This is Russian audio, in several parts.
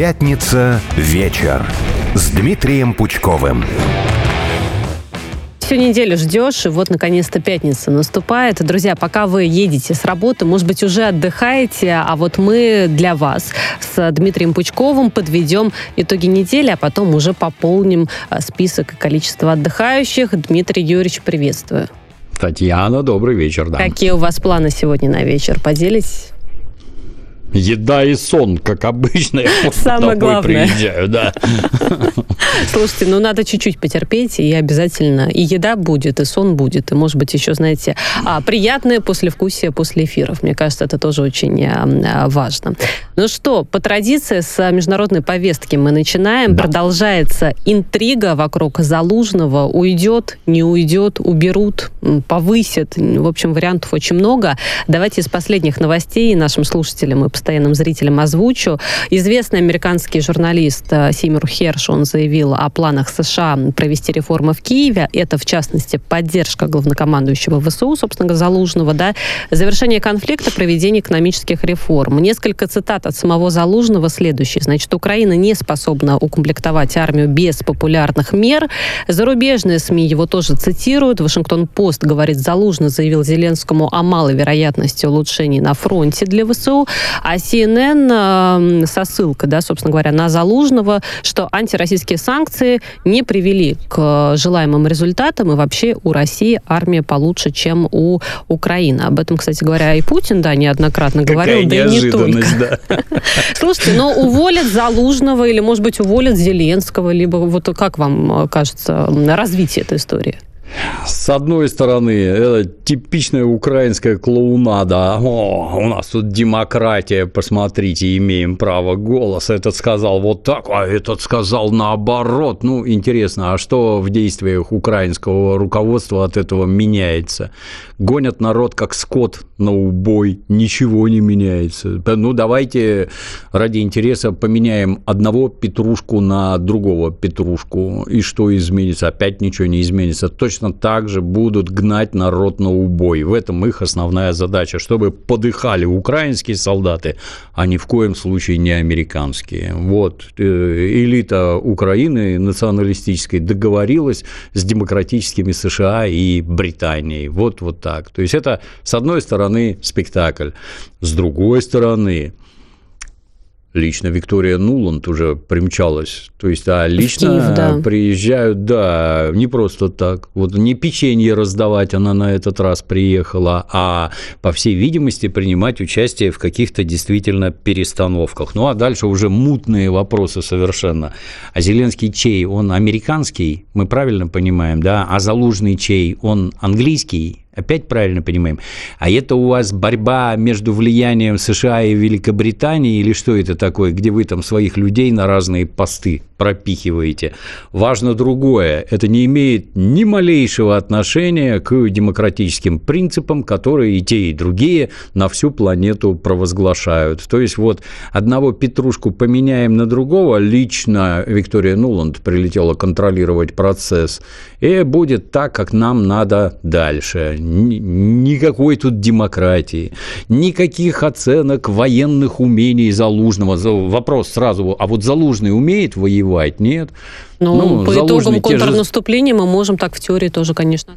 Пятница вечер с Дмитрием Пучковым. Всю неделю ждешь, и вот, наконец-то, пятница наступает. Друзья, пока вы едете с работы, может быть, уже отдыхаете, а вот мы для вас с Дмитрием Пучковым подведем итоги недели, а потом уже пополним список и количество отдыхающих. Дмитрий Юрьевич, приветствую. Татьяна, добрый вечер. Да. Какие у вас планы сегодня на вечер? Поделитесь? Еда и сон, как обычно. Я самое главное. Приезжаю, да. Слушайте, надо чуть-чуть потерпеть, и обязательно и еда будет, и сон будет, и, может быть, еще, знаете, приятное послевкусие после эфиров. Мне кажется, это тоже очень важно. Ну что, по традиции с международной повестки мы начинаем. Да. Продолжается интрига вокруг Залужного. Уйдет, не уйдет, уберут, повысят. В общем, вариантов очень много. Давайте из последних новостей нашим слушателям и постоянным зрителям озвучу. Известный американский журналист Сеймур Херш, он заявил о планах США провести реформы в Киеве. Это, в частности, поддержка главнокомандующего ВСУ, собственно говоря, Залужного, да, завершение конфликта, проведение экономических реформ. Несколько цитат от самого Залужного следующие. Значит, Украина не способна укомплектовать армию без популярных мер. Зарубежные СМИ его тоже цитируют. Вашингтон-Пост говорит, Залужный заявил Зеленскому о малой вероятности улучшений на фронте для ВСУ. А CNN со ссылкой, да, собственно говоря, на Залужного, что антироссийские санкции не привели к желаемым результатам, и вообще у России армия получше, чем у Украины. Об этом, кстати говоря, и Путин, да, неоднократно говорил, да и не только. Да. Слушайте, уволят Залужного или, может быть, уволят Зеленского, либо вот как вам кажется развитие этой истории? С одной стороны, это типичная украинская клоунада. У нас тут демократия, посмотрите, имеем право голоса. Этот сказал вот так, а этот сказал наоборот. Интересно, а что в действиях украинского руководства от этого меняется? Гонят народ как скот на убой, ничего не меняется. Давайте ради интереса поменяем одного Петрушку на другого Петрушку. И что изменится? Опять ничего не изменится. Точно так же будут гнать народ на убой. В этом их основная задача, чтобы подыхали украинские солдаты, а ни в коем случае не американские. Вот элита Украины националистической договорилась с демократическими США и Британией. Вот так. То есть это, с одной стороны, спектакль. С другой стороны, лично Виктория Нуланд уже примчалась. То есть, лично Киев, да. Приезжают, да, не просто так. Вот не печенье раздавать она на этот раз приехала, а, по всей видимости, принимать участие в каких-то действительно перестановках. А дальше уже мутные вопросы совершенно. А Зеленский чей? Он американский, мы правильно понимаем, да? А Залужный чей? Он английский? Опять правильно понимаем? А это у вас борьба между влиянием США и Великобритании или что это такое, где вы там своих людей на разные посты пропихиваете? Важно другое. Это не имеет ни малейшего отношения к демократическим принципам, которые и те, и другие на всю планету провозглашают. То есть вот одного Петрушку поменяем на другого, лично Виктория Нуланд прилетела контролировать процесс, и будет так, как нам надо дальше. Никакой тут демократии, никаких оценок военных умений Залужного. Вопрос сразу, а вот Залужный умеет воевать? Нет. По итогам контрнаступления мы можем так в теории тоже, конечно.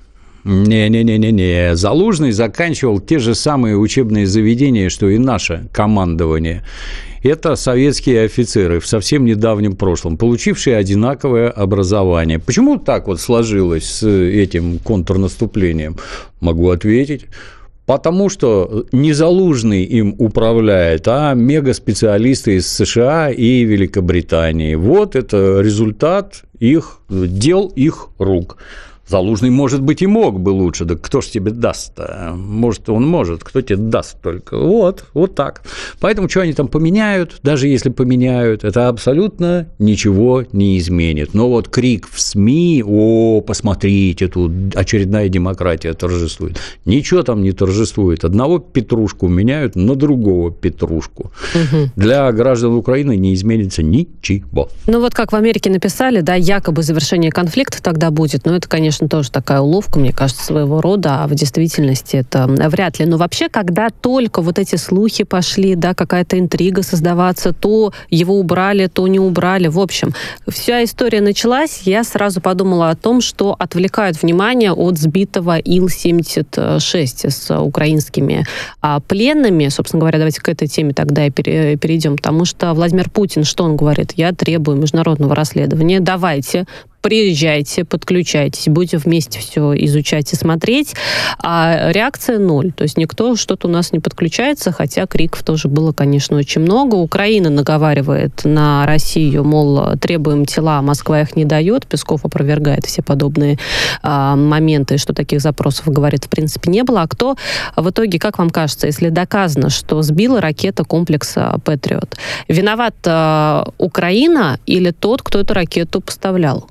Не. Залужный заканчивал те же самые учебные заведения, что и наше командование. Это советские офицеры в совсем недавнем прошлом, получившие одинаковое образование. Почему так вот сложилось с этим контрнаступлением? Могу ответить. Потому что не Залужный им управляет, а мегаспециалисты из США и Великобритании. Вот это результат их дел, их рук. Залужный, может быть, и мог бы лучше, да кто ж тебе даст-то? Может, он может, кто тебе даст только? Вот так. Поэтому, что они там поменяют, даже если поменяют, это абсолютно ничего не изменит. Но вот крик в СМИ, посмотрите, тут очередная демократия торжествует. Ничего там не торжествует. Одного Петрушку меняют на другого Петрушку. Угу. Для граждан Украины не изменится ничего. Вот как в Америке написали, да, якобы завершение конфликта тогда будет, но это, конечно, конечно, тоже такая уловка, мне кажется, своего рода, а в действительности это вряд ли. Но вообще, когда только вот эти слухи пошли, да, какая-то интрига создаваться, то его убрали, то не убрали. В общем, вся история началась, я сразу подумала о том, что отвлекают внимание от сбитого Ил-76 с украинскими пленными. Собственно говоря, давайте к этой теме тогда и перейдем, потому что Владимир Путин, что он говорит? Я требую международного расследования. Давайте, приезжайте, подключайтесь, будете вместе все изучать и смотреть. А реакция ноль. То есть никто что-то у нас не подключается, хотя криков тоже было, конечно, очень много. Украина наговаривает на Россию, мол, требуем тела, Москва их не дает. Песков опровергает все подобные моменты, что таких запросов, говорит, в принципе, не было. А кто в итоге, как вам кажется, если доказано, что сбила ракета комплекса «Патриот», виноват Украина или тот, кто эту ракету поставлял?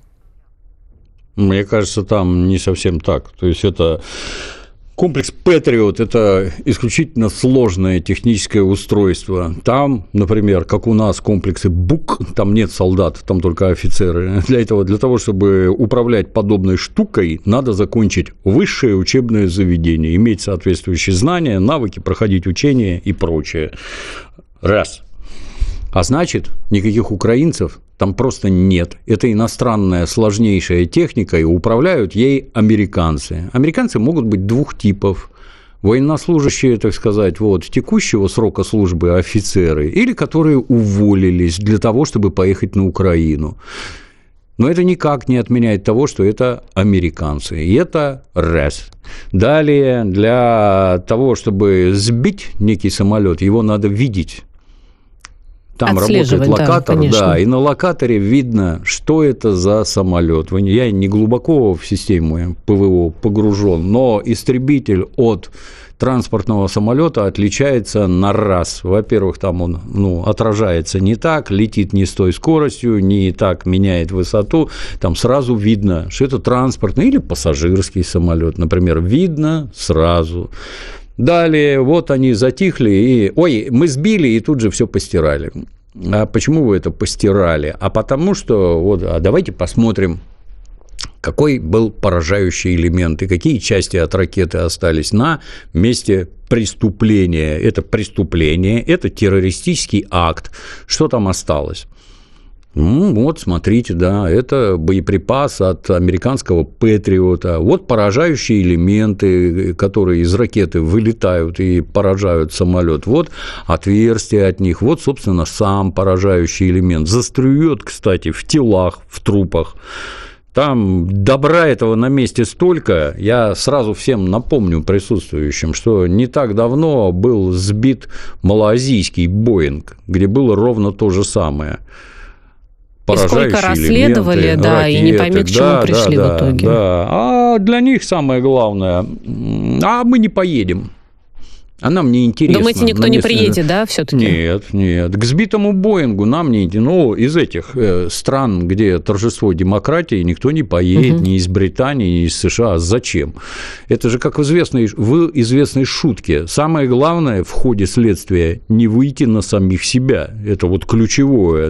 Мне кажется, там не совсем так. То есть это комплекс «Патриот» – это исключительно сложное техническое устройство. Там, например, как у нас комплексы «Бук», там нет солдат, там только офицеры. Для того, чтобы управлять подобной штукой, надо закончить высшее учебное заведение, иметь соответствующие знания, навыки, проходить учения и прочее. Раз. А значит, никаких украинцев там просто нет. Это иностранная сложнейшая техника, и управляют ей американцы. Американцы могут быть двух типов. Военнослужащие, так сказать, текущего срока службы офицеры, или которые уволились для того, чтобы поехать на Украину. Но это никак не отменяет того, что это американцы. И это раз. Далее, для того, чтобы сбить некий самолет, его надо видеть. Там работает локатор, да, и на локаторе видно, что это за самолет. Я не глубоко в систему ПВО погружен, но истребитель от транспортного самолета отличается на раз. Во-первых, там он отражается не так, летит не с той скоростью, не так меняет высоту. Там сразу видно, что это транспортный или пассажирский самолет, например, видно сразу. Далее, они затихли, и, мы сбили, и тут же все постирали. А почему вы это постирали? А потому что, давайте посмотрим, какой был поражающий элемент и какие части от ракеты остались на месте преступления. Это преступление, это террористический акт. Что там осталось? Смотрите, да, это боеприпас от американского «Патриота». Поражающие элементы, которые из ракеты вылетают и поражают самолет. Отверстие от них. Собственно, сам поражающий элемент. Застрюет, кстати, в телах, в трупах. Там добра этого на месте столько. Я сразу всем напомню присутствующим, что не так давно был сбит малоазийский «Боинг», где было ровно то же самое. И сколько расследовали, элементы, да, ракеты, и не пойми, к чему пришли в итоге. Да. А для них самое главное, мы не поедем. А нам не интересно. Думаете, никто не приедет, да, все-таки? Нет. К сбитому «Боингу» нам не интересно. Из этих стран, где торжество демократии, никто не поедет, ни из Британии, ни из США. Зачем? Это же как в известной шутке. Самое главное в ходе следствия не выйти на самих себя. Это ключевое.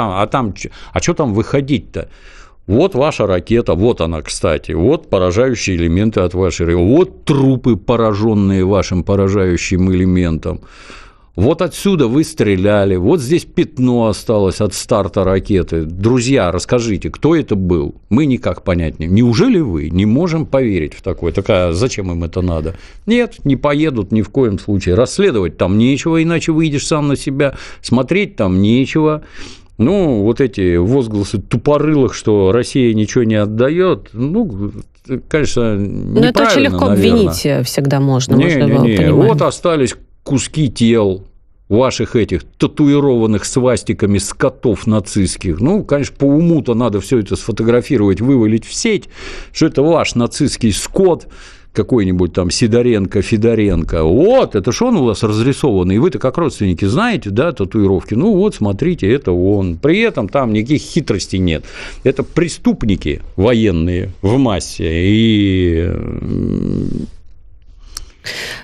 Что там выходить-то? Ваша ракета, она, кстати, поражающие элементы от вашей ракеты, трупы, пораженные вашим поражающим элементом, отсюда вы стреляли, здесь пятно осталось от старта ракеты. Друзья, расскажите, кто это был? Мы никак понять не можем. Неужели вы не можем поверить в такое? Зачем им это надо? Нет, не поедут ни в коем случае. Расследовать там нечего, иначе выйдешь сам на себя. Смотреть там нечего. Эти возгласы тупорылых, что Россия ничего не отдает, конечно, неправильно, но это очень легко обвинить всегда можно. Не. Остались куски тел ваших этих татуированных свастиками скотов нацистских. Конечно, по уму-то надо все это сфотографировать, вывалить в сеть, что это ваш нацистский скот, какой-нибудь там Сидоренко, Федоренко. Это ж он у вас разрисованный, и вы-то как родственники знаете, да, татуировки. Смотрите, это он. При этом там никаких хитростей нет. Это преступники военные в массе. И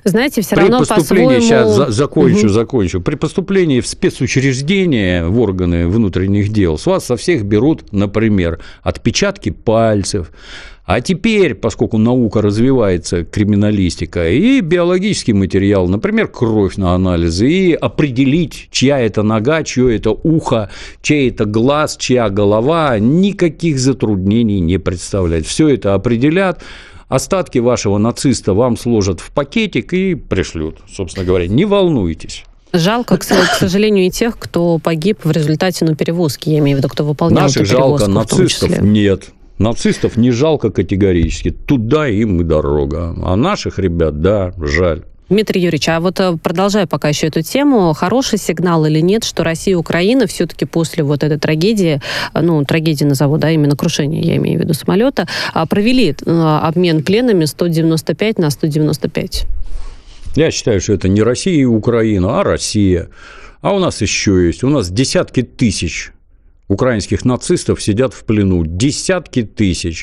Знаете, все равно по-своему... Сейчас закончу. При поступлении в спецучреждения, в органы внутренних дел, с вас со всех берут, например, отпечатки пальцев. А теперь, поскольку наука развивается, криминалистика, и биологический материал, например, кровь на анализы, и определить, чья это нога, чье это ухо, чей это глаз, чья голова, никаких затруднений не представляет. Все это определят. Остатки вашего нациста вам сложат в пакетик и пришлют. Собственно говоря, не волнуйтесь. Жалко, к сожалению, и тех, кто погиб в результате перевозки, я имею в виду, кто выполнял эту перевозку. Наших жалко, нацистов нет. Нацистов не жалко категорически. Туда им и дорога. А наших ребят, да, жаль. Дмитрий Юрьевич, а вот продолжая пока еще эту тему, хороший сигнал или нет, что Россия и Украина все-таки после вот этой трагедии, трагедии назову, да, именно крушение, я имею в виду, самолета, провели обмен пленными 195 на 195? Я считаю, что это не Россия и Украина, а Россия. А у нас еще есть. У нас десятки тысяч украинских нацистов сидят в плену. Десятки тысяч.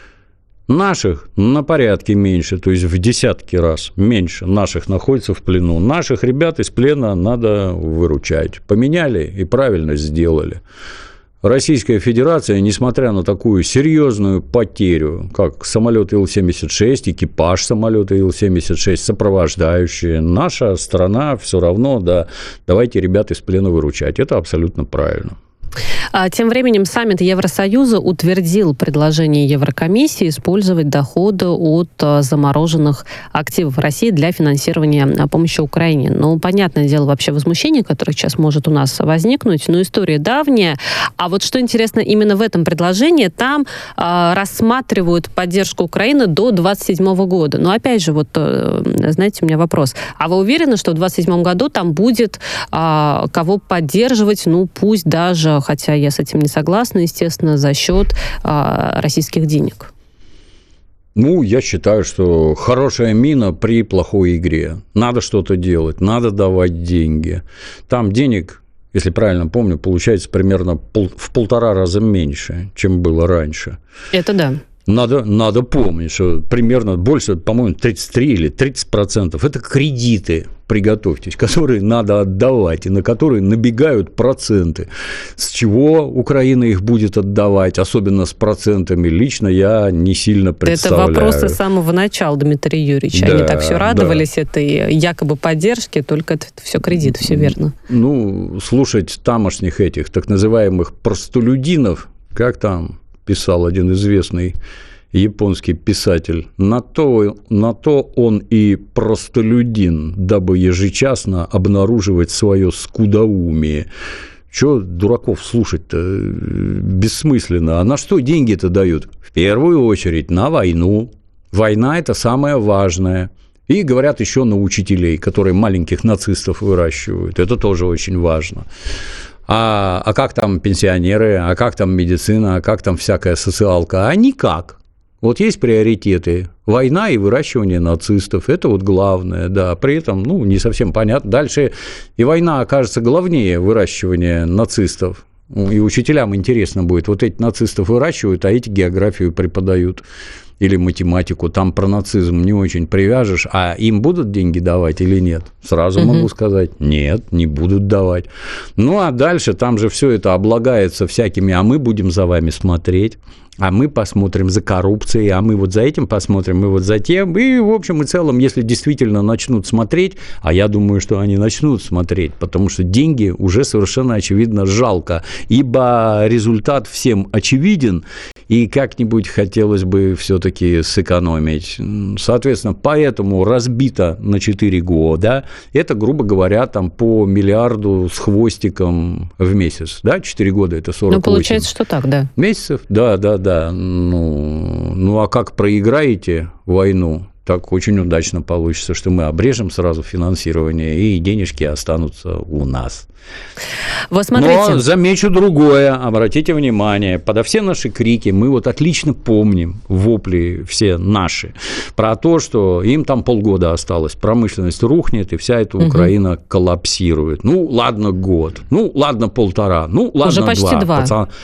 Наших на порядке меньше, то есть в десятки раз меньше наших находится в плену. Наших ребят из плена надо выручать. Поменяли и правильно сделали. Российская Федерация, несмотря на такую серьезную потерю, как самолет Ил-76, экипаж самолета Ил-76, сопровождающие, наша страна все равно, да, давайте ребят из плена выручать. Это абсолютно правильно. Тем временем саммит Евросоюза утвердил предложение Еврокомиссии использовать доходы от замороженных активов России для финансирования помощи Украине. Понятное дело, вообще возмущение, которое сейчас может у нас возникнуть, но история давняя. А вот что интересно, именно в этом предложении там рассматривают поддержку Украины до 2027 года. Но опять же, знаете, у меня вопрос. А вы уверены, что в 2027 году там будет кого поддерживать, пусть даже, хотя я с этим не согласна, естественно, за счет российских денег? Я считаю, что хорошая мина при плохой игре. Надо что-то делать, надо давать деньги. Там денег, если правильно помню, получается примерно в 1,5 раза меньше, чем было раньше. Это да. Надо помнить, что примерно больше, по-моему, 33 или 30% это кредиты, приготовьтесь, которые надо отдавать и на которые набегают проценты. С чего Украина их будет отдавать, особенно с процентами, лично я не сильно представляю. Это вопросы с самого начала, Дмитрий Юрьевич. Да, они так все радовались этой якобы поддержке, только это все кредит, все верно. Слушать тамошних этих так называемых простолюдинов, как там писал один известный японский писатель, на то он и простолюдин, дабы ежечасно обнаруживать свое скудоумие. Чего дураков слушать-то бессмысленно? А на что деньги-то дают? В первую очередь на войну. Война – это самое важное. И говорят еще на учителей, которые маленьких нацистов выращивают. Это тоже очень важно. А как там пенсионеры, а как там медицина, а как там всякая социалка? А никак. Вот есть приоритеты. Война и выращивание нацистов. Это главное, да. При этом, не совсем понятно. Дальше и война окажется главнее выращивания нацистов. И учителям интересно будет. Вот эти нацистов выращивают, а эти географию преподают. Или математику, там про нацизм не очень привяжешь, а им будут деньги давать или нет? Сразу могу сказать, нет, не будут давать. А дальше там же все это облагается всякими, а мы будем за вами смотреть, а мы посмотрим за коррупцией, а мы за этим посмотрим, и за тем. И, в общем и целом, если действительно начнут смотреть, а я думаю, что они начнут смотреть, потому что деньги уже совершенно очевидно жалко, ибо результат всем очевиден, и как-нибудь хотелось бы все-таки сэкономить. Соответственно, поэтому разбито на 4 года. Это, грубо говоря, там по миллиарду с хвостиком в месяц. Да, 4 года – это 48. Получается, что так, да. Месяцев? Да. А как проиграете войну, так очень удачно получится, что мы обрежем сразу финансирование, и денежки останутся у нас. Вот смотрите. Но замечу другое, обратите внимание, подо все наши крики мы отлично помним вопли все наши про то, что им там полгода осталось, промышленность рухнет, и вся эта Украина коллапсирует. Ладно год, ладно 1,5, ладно уже почти 2.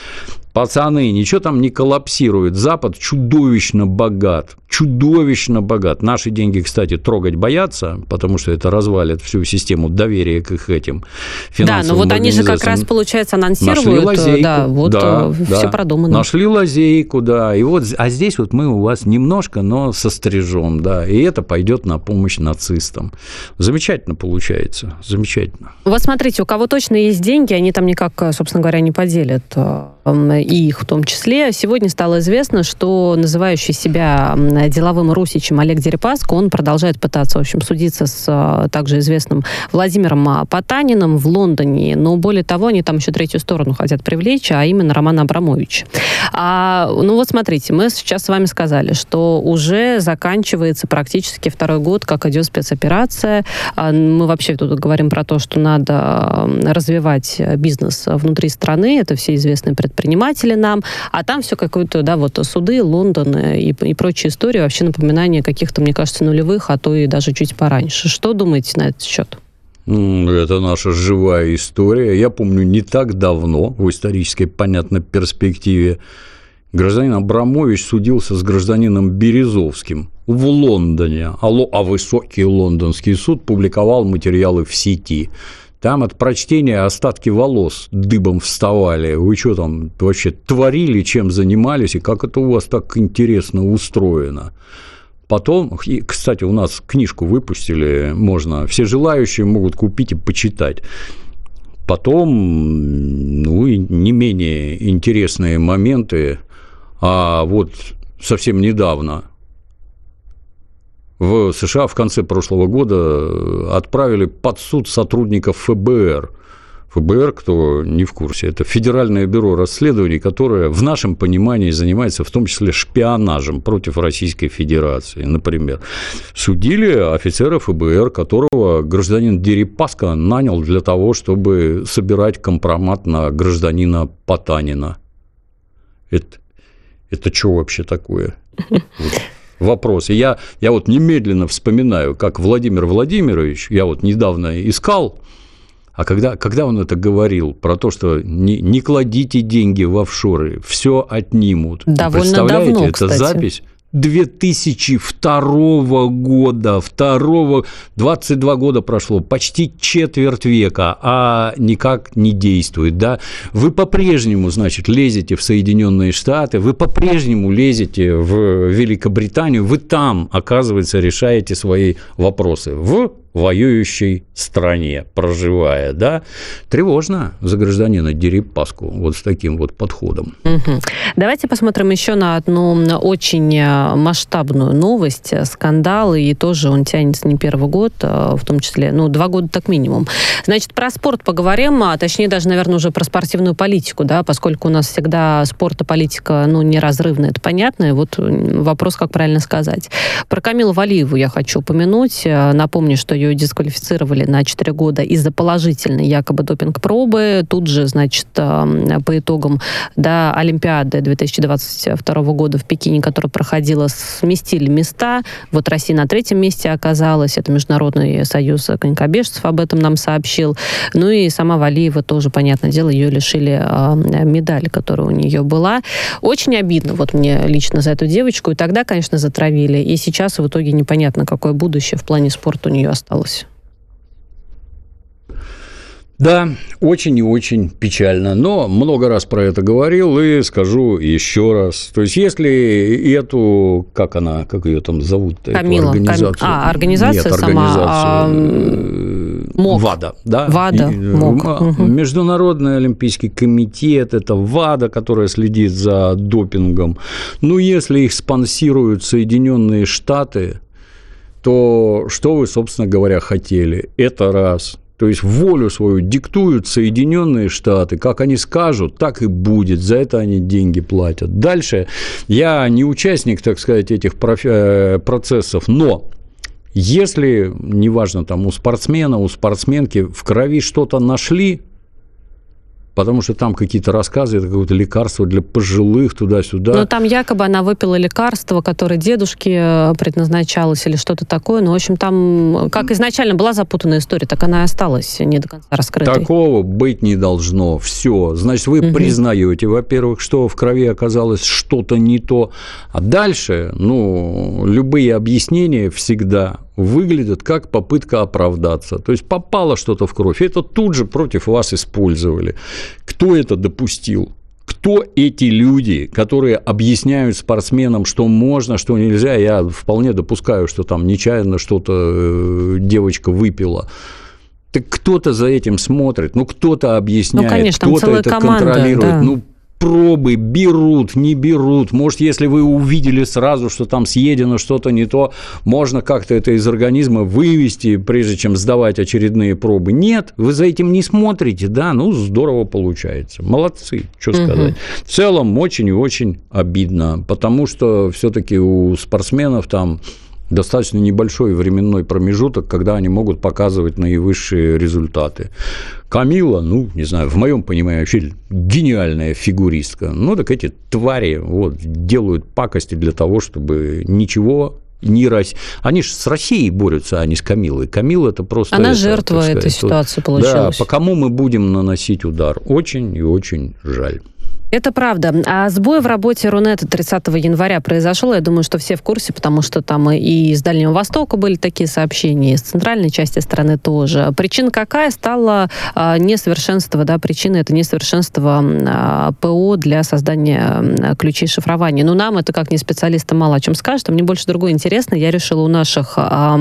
Пацаны, ничего там не коллапсирует. Запад чудовищно богат. Чудовищно богат. Наши деньги, кстати, трогать боятся, потому что это развалит всю систему доверия к их этим финансовым Да, но вот они же как раз, получается, анонсируют. Лазейку. Да, вот все продумано. Нашли лазейку, да. И вот, а здесь вот мы у вас немножко, но сострижем, да. И это пойдет на помощь нацистам. Замечательно получается. Замечательно. Вот смотрите, у кого точно есть деньги, они там никак, собственно говоря, не поделят. И их в том числе. Сегодня стало известно, что называющий себя деловым русичем Олег Дерипаска, он продолжает пытаться, в общем, судиться с также известным Владимиром Потаниным в Лондоне. Но более того, они там еще третью сторону хотят привлечь, а именно Романа Абрамовича. Ну вот смотрите, мы сейчас с вами сказали, что уже заканчивается практически второй год, как идет спецоперация. Мы вообще тут говорим про то, что надо развивать бизнес внутри страны. Это все известные предприниматели нам. А там все какое-то, да, вот суды, Лондон и прочие истории. Вообще напоминание каких-то, мне кажется, нулевых, а то и даже чуть пораньше. Что думаете на этот счет? Это наша живая история. Я помню, не так давно, в исторической, понятной перспективе, гражданин Абрамович судился с гражданином Березовским в Лондоне, а высокий лондонский суд публиковал материалы в сети. Там от прочтения остатки волос дыбом вставали. Вы что там вообще творили, чем занимались, и как это у вас так интересно устроено? Потом, и, кстати, у нас книжку выпустили, можно, все желающие могут купить и почитать. Потом, и не менее интересные моменты, а вот совсем недавно в США в конце прошлого года отправили под суд сотрудников ФБР. ФБР, кто не в курсе, это Федеральное бюро расследований, которое в нашем понимании занимается в том числе шпионажем против Российской Федерации, например. Судили офицера ФБР, которого гражданин Дерипаска нанял для того, чтобы собирать компромат на гражданина Потанина. Это что вообще такое? Вопрос. И я вот немедленно вспоминаю, как Владимир Владимирович, я вот недавно искал, а когда он это говорил про то, что не кладите деньги в офшоры, все отнимут. Довольно представляете, давно, это кстати. запись 2002 года, 22 года прошло, почти четверть века, а никак не действует, да? Вы по-прежнему, значит, лезете в Соединенные Штаты, вы по-прежнему лезете в Великобританию, вы там, оказывается, решаете свои вопросы в воюющей стране, проживая, да? Тревожно за гражданина Дерипаску вот с таким вот подходом. Угу. Давайте посмотрим еще на одну очень масштабную новость, скандал, и тоже он тянется не первый год, в том числе, 2 года так минимум. Значит, про спорт поговорим, а точнее даже, наверное, уже про спортивную политику, да, поскольку у нас всегда спорт и политика, неразрывно, это понятно, и вот вопрос, как правильно сказать. Про Камилу Валиеву я хочу упомянуть. Напомню, что ее дисквалифицировали на 4 года из-за положительной якобы допинг-пробы. Тут же, значит, по итогам Олимпиады 2022 года в Пекине, которая проходила, сместили места. Вот Россия на 3-м месте оказалась. Это Международный союз конькобежцев об этом нам сообщил. И сама Валиева тоже, понятное дело, ее лишили медали, которая у нее была. Очень обидно вот мне лично за эту девочку. И тогда, конечно, затравили. И сейчас в итоге непонятно, какое будущее в плане спорта у нее осталось. Да, очень и очень печально, но много раз про это говорил и скажу еще раз. То есть, если эту, как ее там зовут? Камила. Организацию? Организация Нет, сама. МОК. ВАДА, да? ВАДА, МОК. Международный олимпийский комитет, это ВАДА, которая следит за допингом. Если их спонсируют Соединенные Штаты, то что вы, собственно говоря, хотели? Это раз. То есть волю свою диктуют Соединенные Штаты. Как они скажут, так и будет. За это они деньги платят. Дальше я не участник, так сказать, этих процессов, но если, неважно, там у спортсмена, у спортсменки в крови что-то нашли, потому что там какие-то рассказы, это какое-то лекарство для пожилых, туда-сюда. Но там якобы она выпила лекарство, которое дедушке предназначалось или что-то такое. Ну, в общем, там, как изначально была запутанная история, так она и осталась не до конца раскрытой. Такого быть не должно. Все. Значит, вы признаете, во-первых, что в крови оказалось что-то не то. А дальше, любые объяснения всегда выглядят как попытка оправдаться. То есть попало что-то в кровь, это тут же против вас использовали. Кто это допустил? Кто эти люди, которые объясняют спортсменам, что можно, что нельзя? Я вполне допускаю, что там нечаянно что-то девочка выпила. Так кто-то за этим смотрит, кто-то объясняет, конечно, кто-то это команда, контролирует. Да. Пробы берут, не берут. Может, если вы увидели сразу, что там съедено что-то не то, можно как-то это из организма вывести, прежде чем сдавать очередные пробы. Нет, вы за этим не смотрите, да, здорово получается. Молодцы, что сказать. В целом, очень и очень обидно, потому что все-таки у спортсменов там достаточно небольшой временной промежуток, когда они могут показывать наивысшие результаты. Камила, не знаю, в моем понимании, вообще гениальная фигуристка. Так эти твари делают пакости для того, чтобы ничего не Они же с Россией борются, а не с Камилой. Камила – это просто… Она жертва этой ситуации получилась. Да, по кому мы будем наносить удар? Очень и очень жаль. Это правда. А сбой в работе Рунета 30 января произошел. Я думаю, что все в курсе, потому что там и из Дальнего Востока были такие сообщения, и из центральной части страны тоже. Причина какая? Стало несовершенство, причина – это несовершенство ПО для создания ключей шифрования. Нам это, как не специалистам, мало о чем скажет. Мне больше другое интересно. Я решила у наших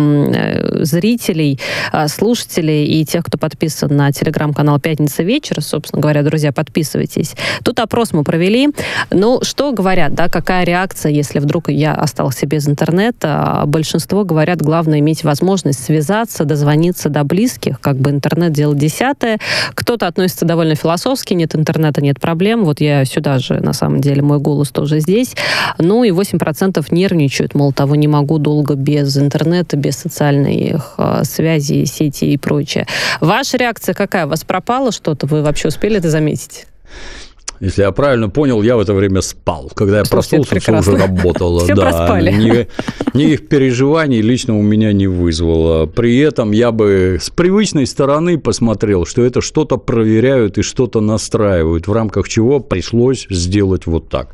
зрителей, слушателей и тех, кто подписан на телеграм-канал «Пятница вечер», собственно говоря, друзья, подписывайтесь. Тут опрос мы провели. Что говорят, какая реакция, если вдруг я остался без интернета? Большинство говорят, главное иметь возможность связаться, дозвониться до близких, как бы интернет дело десятое. Кто-то относится довольно философски, нет интернета, нет проблем. Я сюда же, на самом деле, мой голос тоже здесь. И 8% нервничают, мол, того не могу долго без интернета, без социальных связей, сетей и прочее. Ваша реакция какая? У вас пропало что-то? Вы вообще успели это заметить? Если я правильно понял, я в это время спал. Когда я проснулся, все уже работало. Все проспали. Никаких переживаний лично у меня не вызвало. При этом я бы с привычной стороны посмотрел, что это что-то проверяют и что-то настраивают, в рамках чего пришлось сделать вот так.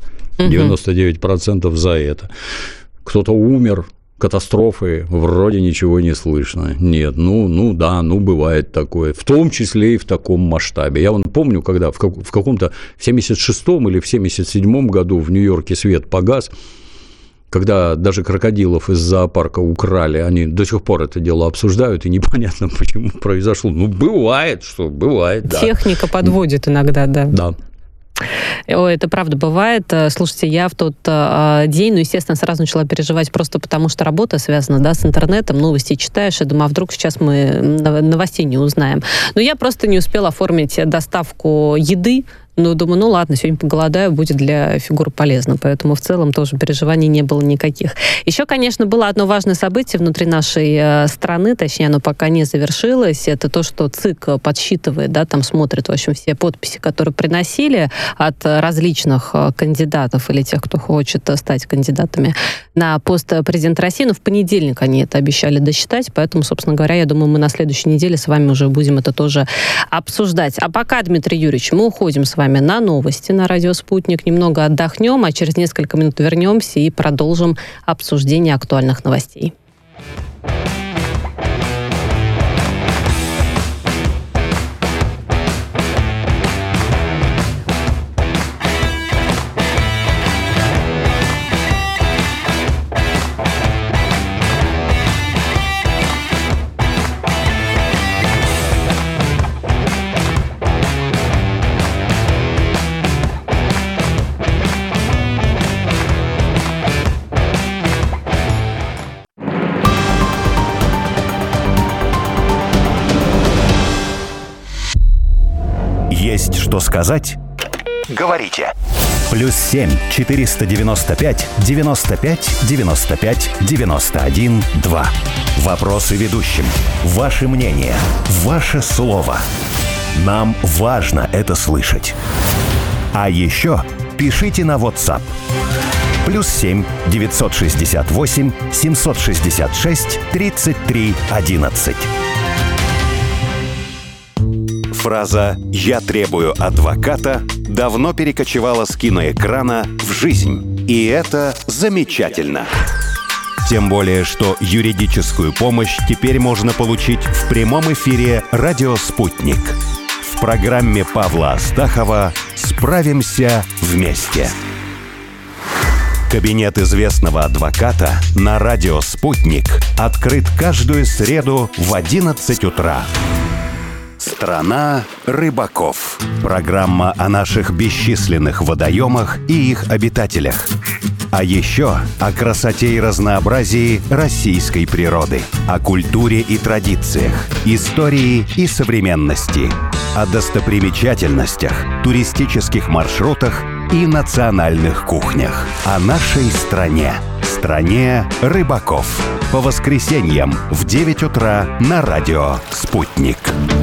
99% за это. Кто-то умер. Катастрофы, вроде ничего не слышно. Нет, бывает такое. В том числе и в таком масштабе. Я помню, когда в каком-то в 76-м или в 77-м году в Нью-Йорке свет погас, когда даже крокодилов из зоопарка украли, они до сих пор это дело обсуждают, и непонятно, почему произошло. Бывает, да. Техника подводит иногда, да. Да. Это правда бывает. Слушайте, я в тот день, естественно, сразу начала переживать просто потому, что работа связана, с интернетом, новости читаешь, и думаю, а вдруг сейчас мы новостей не узнаем. Но я просто не успела оформить доставку еды. Думаю, ладно, сегодня поголодаю, будет для фигуры полезно. Поэтому в целом тоже переживаний не было никаких. Еще, конечно, было одно важное событие внутри нашей страны, точнее, оно пока не завершилось. Это то, что ЦИК подсчитывает, там смотрит, в общем, все подписи, которые приносили от различных кандидатов или тех, кто хочет стать кандидатами на пост президента России. В понедельник они это обещали досчитать, поэтому, собственно говоря, я думаю, мы на следующей неделе с вами уже будем это тоже обсуждать. А пока, Дмитрий Юрьевич, мы уходим с вами на новости на радио «Спутник», немного отдохнем, а через несколько минут вернемся и продолжим обсуждение актуальных новостей. Есть что сказать? Говорите. +7 495 95 95 91 2. Вопросы ведущим. Ваше мнение. Ваше слово. Нам важно это слышать. А еще пишите на WhatsApp. +7 968 766 33 11. Фраза «Я требую адвоката» давно перекочевала с киноэкрана в жизнь. И это замечательно. Тем более, что юридическую помощь теперь можно получить в прямом эфире «Радио Спутник». В программе Павла Астахова «Справимся вместе». Кабинет известного адвоката на «Радио Спутник» открыт каждую среду в 11 утра. «Страна рыбаков». Программа о наших бесчисленных водоемах и их обитателях. А еще о красоте и разнообразии российской природы, о культуре и традициях, истории и современности, о достопримечательностях, туристических маршрутах и национальных кухнях, о нашей стране. Стране рыбаков. По воскресеньям в 9 утра на радио «Спутник».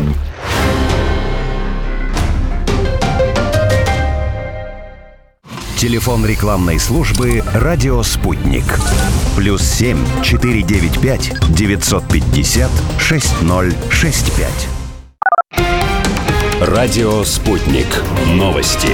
Телефон рекламной службы «Радио Спутник». +7 495 950 6065. Радио «Спутник». Новости.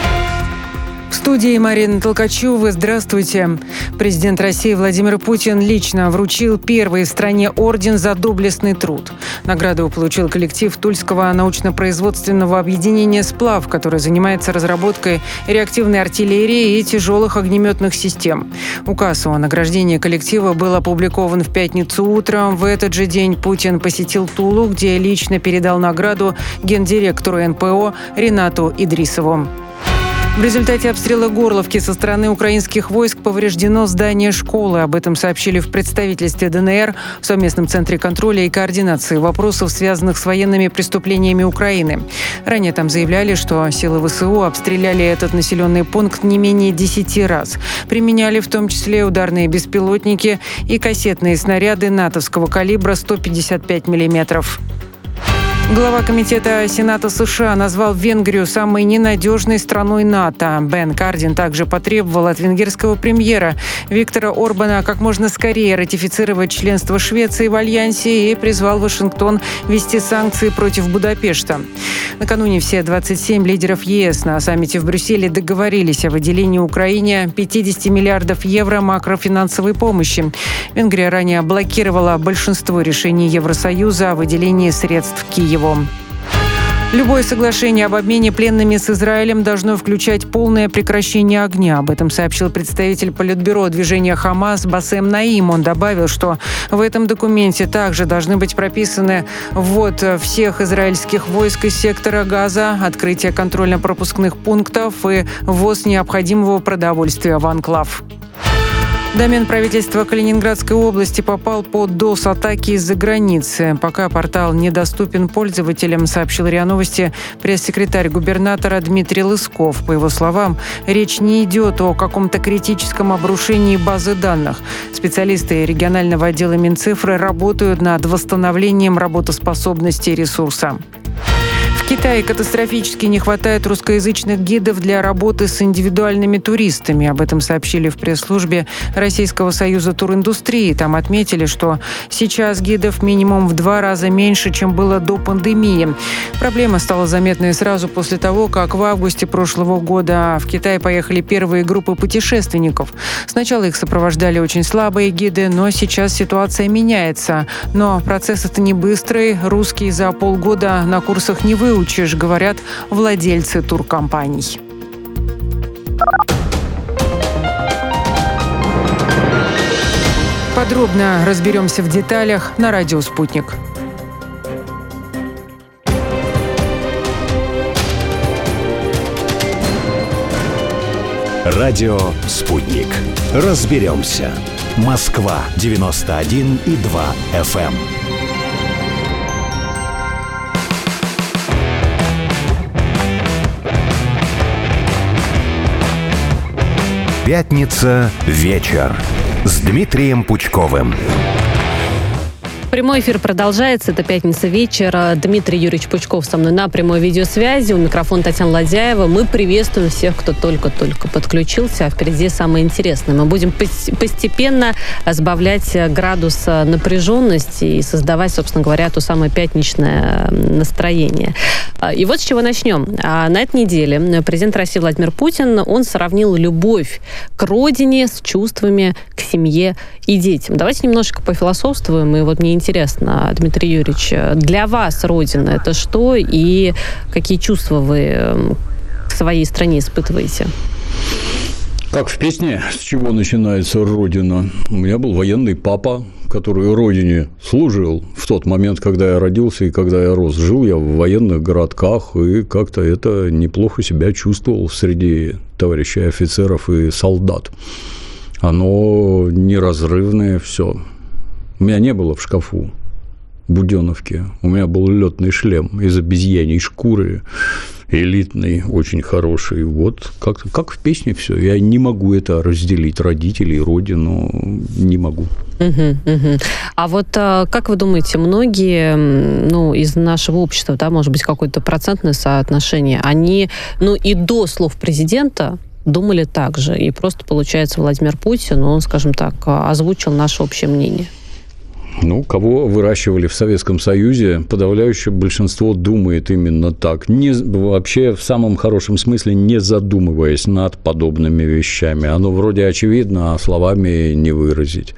В студии Марина Толкачева. Здравствуйте. Президент России Владимир Путин лично вручил первый в стране орден за доблестный труд. Награду получил коллектив Тульского научно-производственного объединения «Сплав», который занимается разработкой реактивной артиллерии и тяжелых огнеметных систем. Указ о награждении коллектива был опубликован в пятницу утром. В этот же день Путин посетил Тулу, где лично передал награду гендиректору НПО Ринату Идрисову. В результате обстрела Горловки со стороны украинских войск повреждено здание школы. Об этом сообщили в представительстве ДНР в совместном центре контроля и координации вопросов, связанных с военными преступлениями Украины. Ранее там заявляли, что силы ВСУ обстреляли этот населенный пункт не менее 10 раз. Применяли в том числе ударные беспилотники и кассетные снаряды натовского калибра 155 миллиметров. Глава Комитета Сената США назвал Венгрию самой ненадежной страной НАТО. Бен Кардин также потребовал от венгерского премьера Виктора Орбана как можно скорее ратифицировать членство Швеции в Альянсе и призвал Вашингтон ввести санкции против Будапешта. Накануне все 27 лидеров ЕС на саммите в Брюсселе договорились о выделении Украине 50 миллиардов евро макрофинансовой помощи. Венгрия ранее блокировала большинство решений Евросоюза о выделении средств Киеву. Любое соглашение об обмене пленными с Израилем должно включать полное прекращение огня. Об этом сообщил представитель Политбюро движения «Хамас» Басем Наим. Он добавил, что в этом документе также должны быть прописаны ввод всех израильских войск из сектора Газа, открытие контрольно-пропускных пунктов и ввоз необходимого продовольствия в анклав. Домен правительства Калининградской области попал под DOS-атаки из-за границы. Пока портал недоступен пользователям, сообщил РИА Новости пресс-секретарь губернатора Дмитрий Лысков. По его словам, речь не идет о каком-то критическом обрушении базы данных. Специалисты регионального отдела Минцифры работают над восстановлением работоспособности ресурса. В Китае катастрофически не хватает русскоязычных гидов для работы с индивидуальными туристами. Об этом сообщили в пресс-службе Российского союза туриндустрии. Там отметили, что сейчас гидов минимум в 2 раза меньше, чем было до пандемии. Проблема стала заметной сразу после того, как в августе прошлого года в Китай поехали первые группы путешественников. Сначала их сопровождали очень слабые гиды, но сейчас ситуация меняется. Но процесс это не быстрый. Русский за полгода на курсах не выучишь, говорят владельцы туркомпаний. Подробно разберемся в деталях на радио «Спутник». Радио «Спутник». Разберемся. Москва 91,2 FM. Пятница. Вечер. С Дмитрием Пучковым. Прямой эфир продолжается. Это пятница вечер. Дмитрий Юрьевич Пучков со мной на прямой видеосвязи. У микрофона Татьяна Ладяева. Мы приветствуем всех, кто только-только подключился. А впереди самое интересное. Мы будем постепенно сбавлять градус напряженности и создавать, собственно говоря, то самое пятничное настроение. И вот с чего начнем. На этой неделе президент России Владимир Путин, он сравнил любовь к родине с чувствами к семье и детям. Давайте немножечко пофилософствуем. И вот мне интересно, Дмитрий Юрьевич, для вас родина – это что? И какие чувства вы к своей стране испытываете? Как в песне «С чего начинается Родина?» У меня был военный папа, который родине служил в тот момент, когда я родился и когда я рос. Жил я в военных городках, и как-то это неплохо себя чувствовал среди товарищей офицеров и солдат. Оно неразрывное все. У меня не было в шкафу буденовки. У меня был летный шлем из обезьяньей шкуры, элитный, очень хороший. Вот как в песне все. Я не могу это разделить. Родителей, родину не могу. А вот как вы думаете, многие из нашего общества, да, может быть, какое-то процентное соотношение, они, и до слов президента думали так же. И просто, получается, Владимир Путин, он, скажем так, озвучил наше общее мнение. Кого выращивали в Советском Союзе, подавляющее большинство думает именно так. Вообще, в самом хорошем смысле, не задумываясь над подобными вещами. Оно вроде очевидно, а словами не выразить.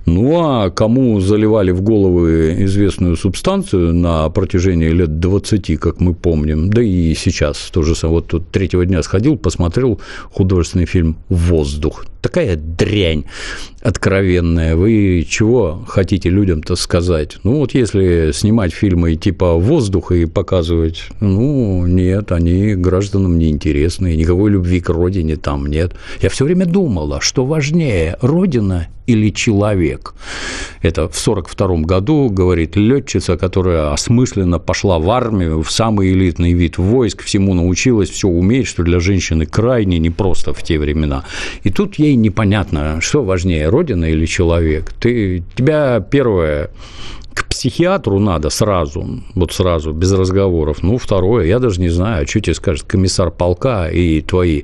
А кому заливали в головы известную субстанцию на протяжении лет 20, как мы помним, да и сейчас тоже. Вот тут третьего дня сходил, посмотрел художественный фильм «Воздух». Такая дрянь откровенная. Вы чего хотите людям-то сказать? Если снимать фильмы типа «Воздуха» и показывать, нет, они гражданам неинтересны, никакой любви к родине там нет. Я все время думала, что важнее, родина или человек. Это в 1942 году, говорит летчица, которая осмысленно пошла в армию, в самый элитный вид войск, всему научилась, все умеет, что для женщины крайне непросто в те времена. И тут ей непонятно, что важнее, родина или человек. Тебя первое к психиатру надо сразу, без разговоров. Второе, я даже не знаю, что тебе скажет комиссар полка и твои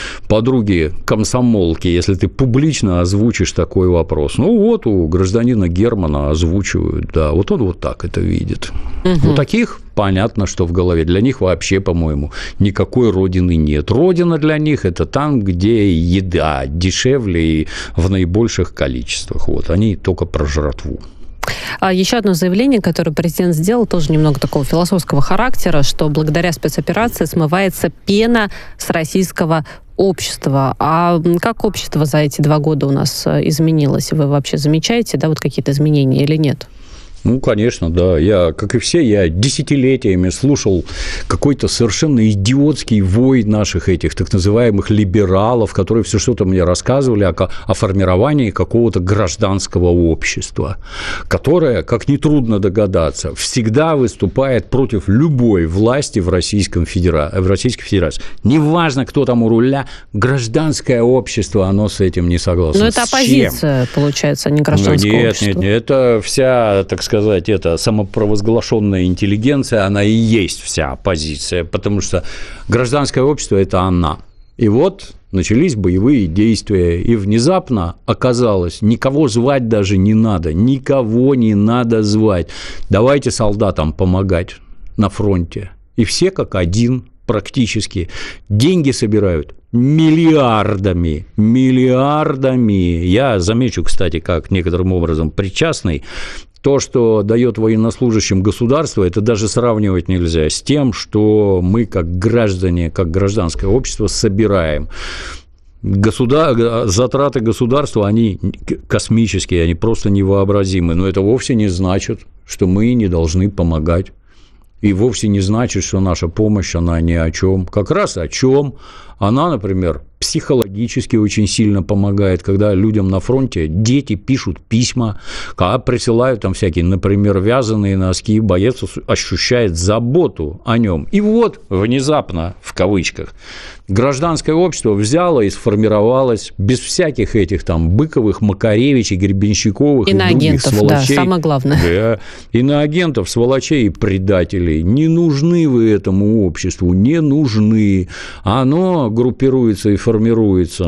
подруги-комсомолки, если ты публично озвучишь такой вопрос. У гражданина Германа озвучивают, да, он вот так это видит. У таких понятно, что в голове. Для них вообще, по-моему, никакой родины нет. Родина для них – это там, где еда дешевле и в наибольших количествах. Они только про жратву. Еще одно заявление, которое президент сделал, тоже немного такого философского характера, что благодаря спецоперации смывается пена с российского общества. А как общество за эти 2 года у нас изменилось? Вы вообще замечаете, какие-то изменения или нет? Конечно, да. Я, как и все, я десятилетиями слушал какой-то совершенно идиотский вой наших этих так называемых либералов, которые все что-то мне рассказывали о формировании какого-то гражданского общества, которое, как нетрудно догадаться, всегда выступает против любой власти в Российской Федерации. Неважно, кто там у руля, гражданское общество, оно с этим не согласно. Но это оппозиция, получается, а не гражданское общество. Нет, это вся, так сказать, это самопровозглашенная интеллигенция, она и есть вся оппозиция, потому что гражданское общество – это она. И вот начались боевые действия, и внезапно оказалось, никого звать даже не надо, никого не надо звать. Давайте солдатам помогать на фронте. И все как один практически деньги собирают миллиардами. Я замечу, кстати, как некоторым образом причастный, то, что дает военнослужащим государство, это даже сравнивать нельзя с тем, что мы, как граждане, как гражданское общество, собираем. Затраты государства, они космические, они просто невообразимы. Но это вовсе не значит, что мы не должны помогать. И вовсе не значит, что наша помощь, она ни о чем. Как раз о чем. Она, например, психологически очень сильно помогает, когда людям на фронте дети пишут письма, когда присылают там всякие, например, вязаные носки, боец ощущает заботу о нем. И вот внезапно, в кавычках, Гражданское общество взяло и сформировалось без всяких этих там Быковых, Макаревичей, Гребенщиковых и других сволочей. Да, самое главное. Да, иноагентов, сволочей и предателей. Не нужны вы этому обществу, не нужны. Оно группируется и формируется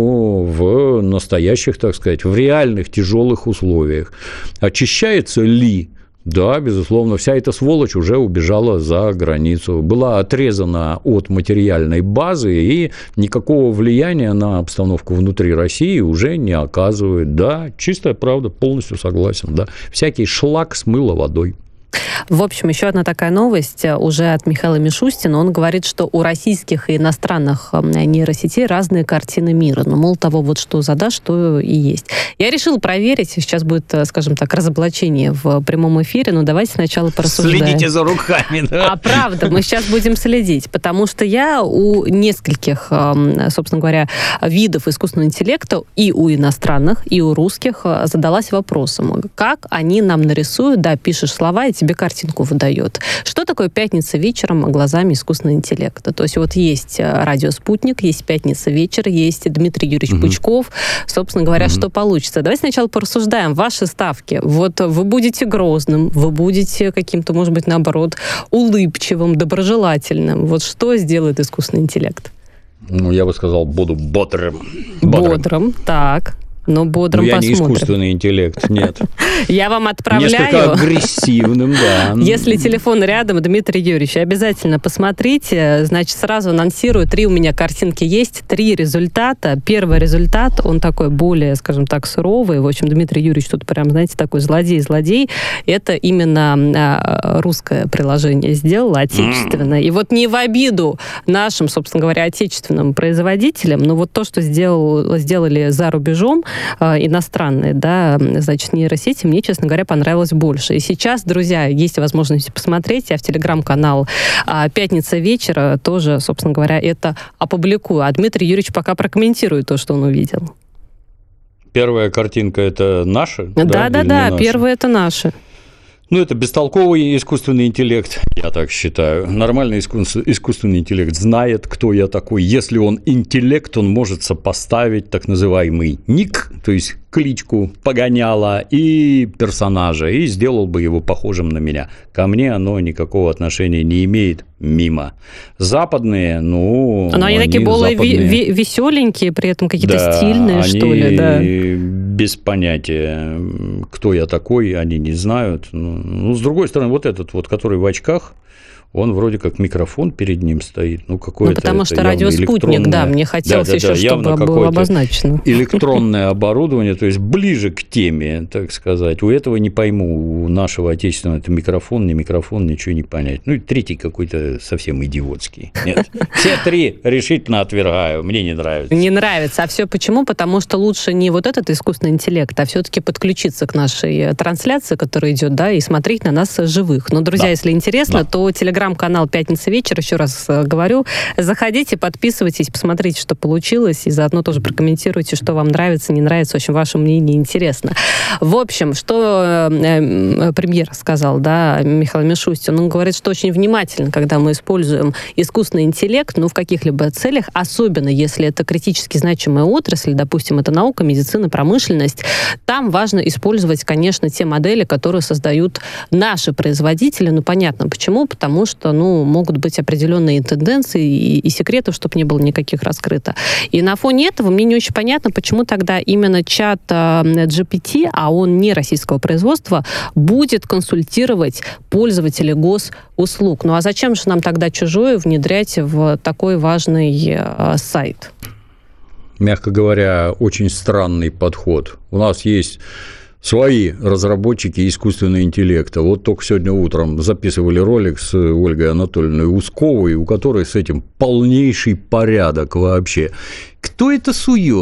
в настоящих, так сказать, в реальных тяжелых условиях. Очищается ли? Да, безусловно, вся эта сволочь уже убежала за границу, была отрезана от материальной базы и никакого влияния на обстановку внутри России уже не оказывает. Да, чистая правда, полностью согласен. Да. Всякий шлак смыло водой. В общем, еще одна такая новость уже от Михаила Мишустина. Он говорит, что у российских и иностранных нейросетей разные картины мира. Но, мол, того вот что задашь, то и есть. Я решила проверить. Сейчас будет, скажем так, разоблачение в прямом эфире. Но давайте сначала порассуждаем. Следите за руками, да? А правда, мы сейчас будем следить. Потому что я у нескольких, собственно говоря, видов искусственного интеллекта и у иностранных, и у русских задалась вопросом. Как они нам нарисуют, да, пишешь слова, и тебе картинку выдает. Что такое «Пятница вечером» глазами искусственного интеллекта? То есть вот есть радио «Спутник», есть «Пятница вечер», есть Дмитрий Юрьевич Пучков. Собственно говоря, что получится? Давайте сначала порассуждаем. Ваши ставки. Вот вы будете грозным, вы будете каким-то, может быть, наоборот, улыбчивым, доброжелательным. Вот что сделает искусственный интеллект? Ну, я бы сказал, буду бодрым. Бодрым, так. Но бодрым посмотрим. Я не искусственный интеллект, нет. Я вам отправляю. Несколько агрессивным, да. Если телефон рядом, Дмитрий Юрьевич, обязательно посмотрите. Значит, сразу анонсирую. 3 у меня картинки есть, 3 результата. Первый результат, он такой более, скажем так, суровый. В общем, Дмитрий Юрьевич тут прям, знаете, такой злодей. Это именно русское приложение сделало, отечественное. И вот не в обиду нашим, собственно говоря, отечественным производителям, но вот то, что сделали за рубежом, иностранные, да, значит, нейросети, мне, честно говоря, понравилось больше. И сейчас, друзья, есть возможность посмотреть. Я в телеграм-канал «Пятница вечера» тоже, собственно говоря, это опубликую. А Дмитрий Юрьевич пока прокомментирует то, что он увидел. Первая картинка – это наша? Да, первая – это наша. Ну, это бестолковый искусственный интеллект, я так считаю. Нормальный искусственный интеллект знает, кто я такой. Если он интеллект, он может сопоставить так называемый ник, то есть кличку, погоняло и персонажа, и сделал бы его похожим на меня. Ко мне оно никакого отношения не имеет, мимо. Западные, ну... Но они такие более веселенькие, при этом какие-то стильные, что ли, да? Без понятия, кто я такой, они не знают. Ну, с другой стороны, вот этот вот, который в очках, он вроде как микрофон перед ним стоит. Ну, какое-то потому что радиоспутник, да, мне хотелось еще, чтобы было обозначено. Электронное оборудование, то есть ближе к теме, так сказать. У этого не пойму, у нашего отечественного это микрофон, ничего не понять. Ну, и третий какой-то совсем идиотский. Нет. Все 3 решительно отвергаю, мне не нравится. Не нравится. А все почему? Потому что лучше не вот этот искусственный интеллект, а все-таки подключиться к нашей трансляции, которая идет, да, и смотреть на нас живых. Но, друзья, если интересно, то телеграм-канал «Пятница вечер», еще раз говорю, заходите, подписывайтесь, посмотрите, что получилось, и заодно тоже прокомментируйте, что вам нравится, не нравится, в общем, ваше мнение интересно. В общем, что премьер сказал, да, Михаил Мишустин, он говорит, что очень внимательно, когда мы используем искусственный интеллект, ну, в каких-либо целях, особенно если это критически значимая отрасль, допустим, это наука, медицина, промышленность, там важно использовать, конечно, те модели, которые создают наши производители, ну, понятно, почему, потому что, ну, могут быть определенные тенденции и секреты, чтобы не было никаких раскрыто. И на фоне этого мне не очень понятно, почему тогда именно чат GPT, а он не российского производства, будет консультировать пользователей госуслуг. Ну, а зачем же нам тогда чужое внедрять в такой важный сайт? Мягко говоря, очень странный подход. У нас есть свои разработчики искусственного интеллекта. Вот только сегодня утром записывали ролик с Ольгой Анатольевной Усковой, у которой с этим полнейший порядок вообще. Кто это сует?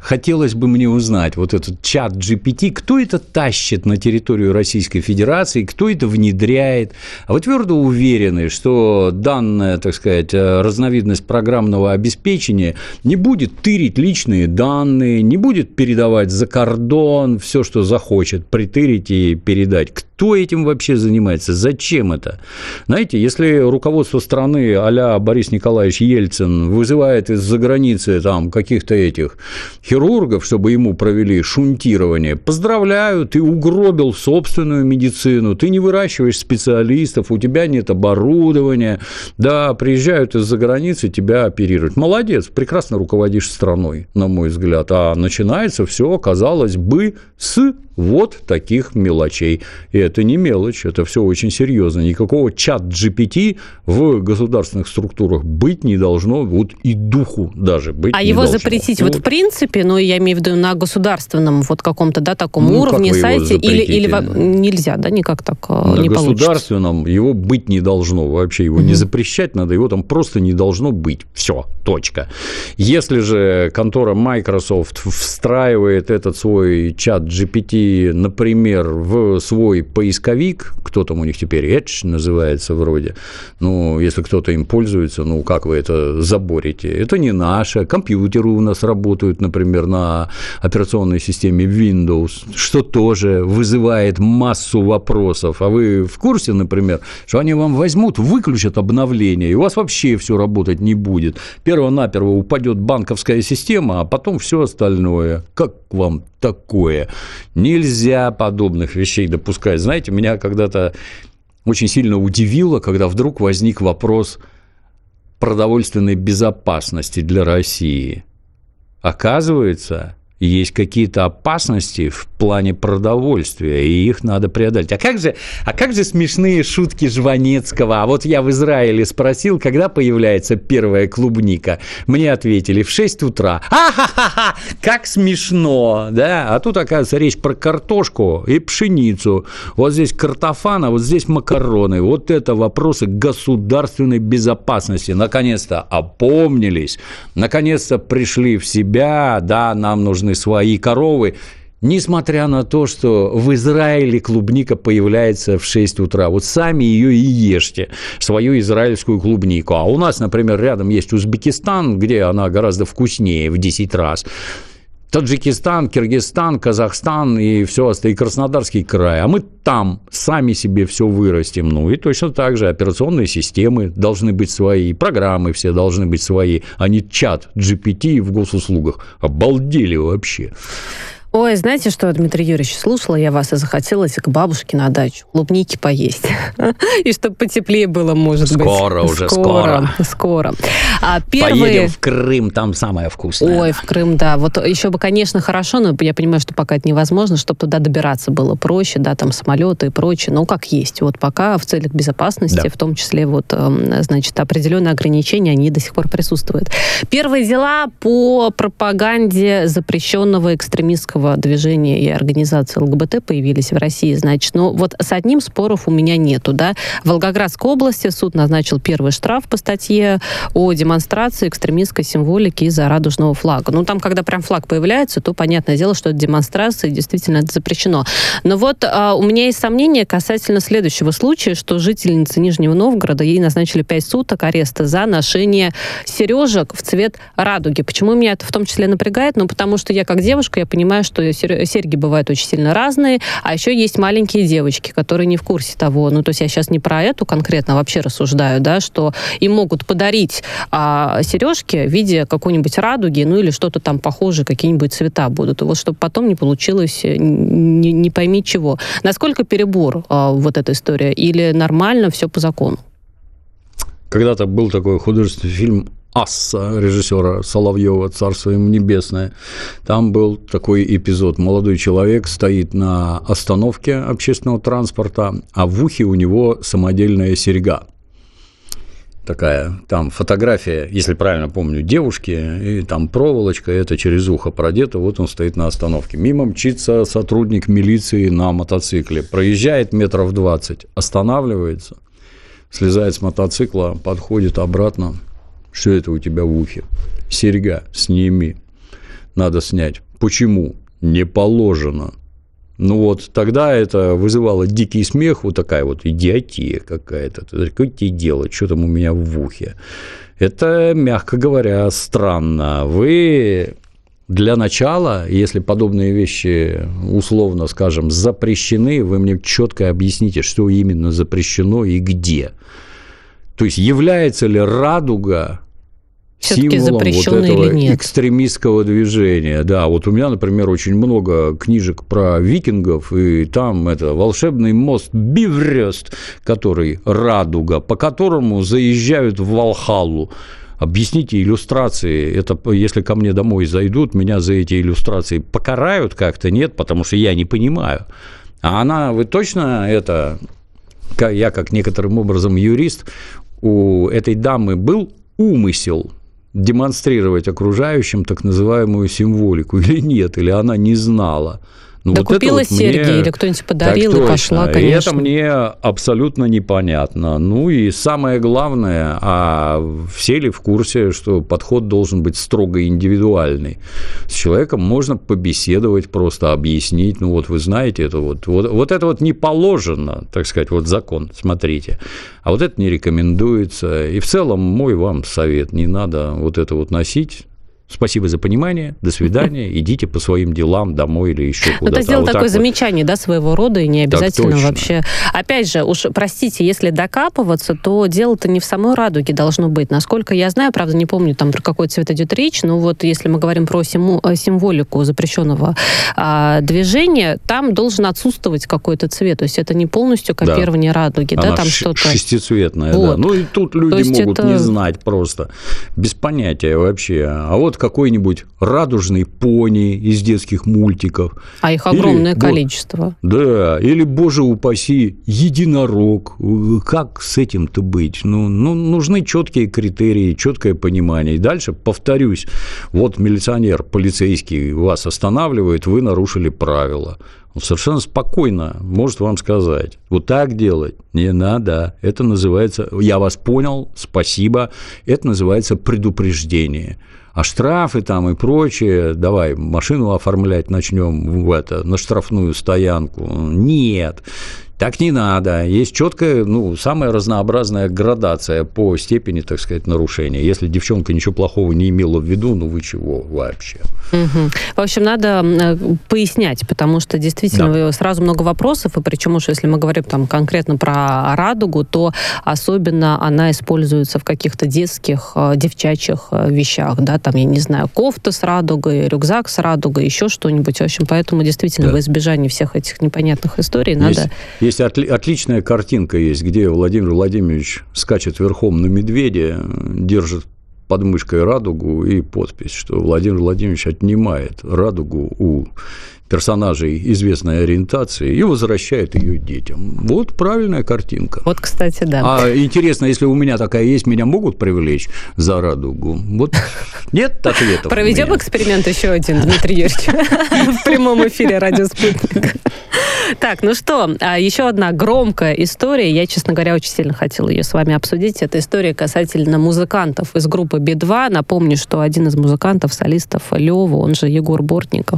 хотелось бы мне узнать, вот этот чат GPT, кто это тащит на территорию Российской Федерации, кто это внедряет. А вы твердо уверены, что данная, так сказать, разновидность программного обеспечения не будет тырить личные данные, не будет передавать за кордон все, что захочет, притырить и передать? Кто этим вообще занимается? Зачем это? Знаете, если руководство страны а-ля Борис Николаевич Ельцин вызывает из-за границы там каких-то этих хирургов, чтобы ему провели шунтирование, поздравляю, ты угробил собственную медицину, ты не выращиваешь специалистов, у тебя нет оборудования, да, приезжают из-за границы, тебя оперируют. Молодец, прекрасно руководишь страной, на мой взгляд. А начинается все, казалось бы, с вот таких мелочей. И это не мелочь, это все очень серьезно. Никакого чат-GPT в государственных структурах быть не должно, вот и духу даже быть не его должно. Запретить вот в принципе, ну, я имею в виду на государственном вот каком-то, да, таком уровне, сайте, или нельзя, да, никак так не получится? На государственном его быть не должно, вообще его не запрещать надо, его там просто не должно быть. Все, точка. Если же контора Microsoft встраивает этот свой чат-GPT, например, в свой поисковик, кто там у них теперь, Edge называется вроде, ну, если кто-то им пользуется, ну, как вы это заборите? Это не наше. Компьютеры у нас работают, например, на операционной системе Windows, что тоже вызывает массу вопросов. А вы в курсе, например, что они вам возьмут, выключат обновление, и у вас вообще все работать не будет. Перво-наперво упадет банковская система, а потом все остальное. Как вам такое? Нельзя подобных вещей допускать. Знаете, меня когда-то очень сильно удивило, когда вдруг возник вопрос продовольственной безопасности для России. Оказывается, есть какие-то опасности в плане продовольствия, и их надо преодолеть. А как же смешные шутки Жванецкого? А вот я в Израиле спросил, когда появляется первая клубника. Мне ответили, в 6 утра. Ха-ха-ха! Как смешно! Да? А тут, оказывается, речь про картошку и пшеницу. Вот здесь картофан, а вот здесь макароны. Вот это вопросы государственной безопасности. Наконец-то опомнились, наконец-то пришли в себя. Да, нам нужны свои коровы, несмотря на то, что в Израиле клубника появляется в 6 утра. Вот сами ее и ешьте, свою израильскую клубнику. А у нас, например, рядом есть Узбекистан, где она гораздо вкуснее в 10 раз. Таджикистан, Киргизстан, Казахстан и все остальное, и Краснодарский край. А мы там сами себе все вырастим. Ну и точно так же операционные системы должны быть свои, программы все должны быть свои, а не чат GPT в госуслугах. Обалдели вообще. Ой, знаете что, Дмитрий Юрьевич, слушала я вас и захотелось к бабушке на дачу клубники поесть. И чтобы потеплее было, может быть. Скоро. Поедем в Крым, там самое вкусное. Ой, в Крым, да. Вот еще бы, конечно, хорошо, но я понимаю, что пока это невозможно, чтобы туда добираться было проще, да, там самолеты и прочее, но как есть. Вот пока в целях безопасности, да, в том числе вот, значит, определенные ограничения, они до сих пор присутствуют. Первые дела по пропаганде запрещенного экстремистского движения и организации ЛГБТ появились в России, значит. Но вот с одним споров у меня нету, да. В Волгоградской области суд назначил первый штраф по статье о демонстрации экстремистской символики из-за радужного флага. Ну, там, когда прям флаг появляется, то понятное дело, что это демонстрация, и действительно это запрещено. Но вот у меня есть сомнения касательно следующего случая, что жительница Нижнего Новгорода, ей назначили 5 суток ареста за ношение сережек в цвет радуги. Почему меня это в том числе напрягает? Ну, потому что я как девушка, я понимаю, что серьги бывают очень сильно разные, а еще есть маленькие девочки, которые не в курсе того, ну, то есть я сейчас не про эту конкретно вообще рассуждаю, да, что им могут подарить сережки в виде какой-нибудь радуги, ну, или что-то там похожее, какие-нибудь цвета будут, и вот чтобы потом не получилось не пойми чего. Насколько перебор вот эта история, или нормально все по закону? Когда-то был такой художественный фильм «Асса» режиссера Соловьева, царство ему небесное. Там был такой эпизод. Молодой человек стоит на остановке общественного транспорта, а в ухе у него самодельная серьга. Такая там фотография, если правильно помню, девушки, и там проволочка, это через ухо продето, вот он стоит на остановке. Мимо мчится сотрудник милиции на мотоцикле, проезжает метров 20, останавливается, слезает с мотоцикла, подходит обратно. Что это у тебя в ухе? Серьга, сними. надо снять. Почему? Не положено. Ну вот тогда это вызывало дикий смех, вот такая вот идиотия какая-то. Какое тебе дело, что там у меня в ухе? Это, мягко говоря, странно. Вы для начала, если подобные вещи, условно скажем, запрещены, вы мне четко объясните, что именно запрещено и где. То есть является ли радуга все-таки символом запрещено вот этого или нет? Экстремистского движения. Да, вот у меня, например, очень много книжек про викингов, и там это волшебный мост Бифрёст, который радуга, по которому заезжают в Валхаллу. Объясните иллюстрации. Это если ко мне домой зайдут, меня за эти иллюстрации покарают как-то? Нет, потому что я не понимаю. А вы точно это... Я, как некоторым образом юрист, у этой дамы был умысел демонстрировать окружающим так называемую символику или нет, или она не знала. Ну, да, вот купила вот серьги, мне... или кто-нибудь подарил, так и пошла, конечно. И это мне абсолютно непонятно. Ну и самое главное, все ли в курсе, что подход должен быть строго индивидуальный? С человеком можно побеседовать, просто объяснить. Ну вот вы знаете, это вот это вот не положено, так сказать, вот закон, смотрите. А вот это не рекомендуется. И в целом мой вам совет: не надо вот это вот носить. Спасибо за понимание, до свидания, идите по своим делам домой или еще куда-то. Это сделал такое замечание, да, своего рода, и не обязательно вообще. Опять же, уж простите, если докапываться, то дело-то не в самой радуге должно быть. Насколько я знаю, правда, не помню, там про какой цвет идет речь, но вот если мы говорим про символику запрещенного движения, там должен отсутствовать какой-то цвет. То есть это не полностью копирование радуги, она да, там что-то. Шестицветная, вот. Да. Ну и тут люди могут не знать просто, без понятия вообще. А вот какой-нибудь радужный пони из детских мультиков. А их огромное количество. Да, или, боже упаси, единорог. Как с этим-то быть? Ну, нужны четкие критерии, четкое понимание. И дальше, повторюсь, вот милиционер, полицейский вас останавливает, вы нарушили правила. Он совершенно спокойно может вам сказать: вот так делать не надо. Это называется, я вас понял, спасибо, это называется предупреждение. А штрафы там и прочее, давай машину оформлять начнем на штрафную стоянку. Нет, так не надо. Есть четкая, самая разнообразная градация по степени, так сказать, нарушения. Если девчонка ничего плохого не имела в виду, вы чего вообще? Угу. В общем, надо пояснять, потому что действительно сразу много вопросов, и причем уж если мы говорим там конкретно про радугу, то особенно она используется в каких-то детских, девчачьих вещах, да, там, я не знаю, кофта с радугой, рюкзак с радугой, еще что-нибудь. В общем, поэтому действительно во избежание всех этих непонятных историй надо... Есть отличная картинка, где Владимир Владимирович скачет верхом на медведя, держит под мышкой радугу и подпись, что Владимир Владимирович отнимает радугу у персонажей известной ориентации и возвращает ее детям. Вот правильная картинка. Вот, кстати, да. А интересно, если у меня такая есть, меня могут привлечь за радугу? Вот нет ответов. Проведем эксперимент еще один, Дмитрий Юрьевич, в прямом эфире «Радио Спутник». Так, ну что, еще одна громкая история. Я, честно говоря, очень сильно хотела ее с вами обсудить. Это история касательно музыкантов из группы Би-2. Напомню, что один из музыкантов, солистов Лёва, он же Егор Бортников,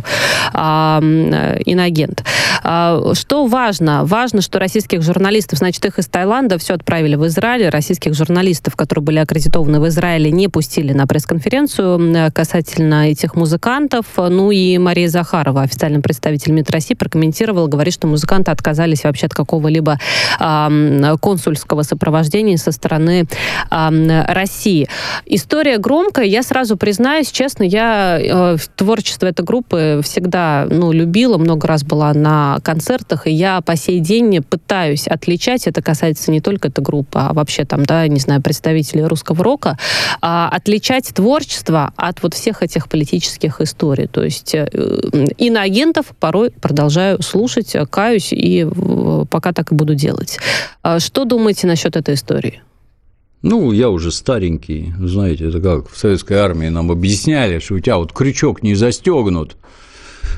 инагент. Что важно? Важно, что российских журналистов, значит, их из Таиланда все отправили в Израиль. Российских журналистов, которые были аккредитованы в Израиле, не пустили на пресс-конференцию касательно этих музыкантов. Ну и Мария Захарова, официальный представитель МИД России, прокомментировала, говорит, что музыканты отказались вообще от какого-либо консульского сопровождения со стороны России. История громкая. Я сразу признаюсь, честно, я творчество этой группы всегда любила, много раз была на концертах, и я по сей день пытаюсь отличать, это касается не только этой группы, а вообще там, да, не знаю, представителей русского рока, отличать творчество от вот всех этих политических историй. То есть иноагентов порой продолжаю слушать, каюсь, и пока так и буду делать. Что думаете насчет этой истории? Я уже старенький, знаете, это как в советской армии нам объясняли, что у тебя вот крючок не застегнут.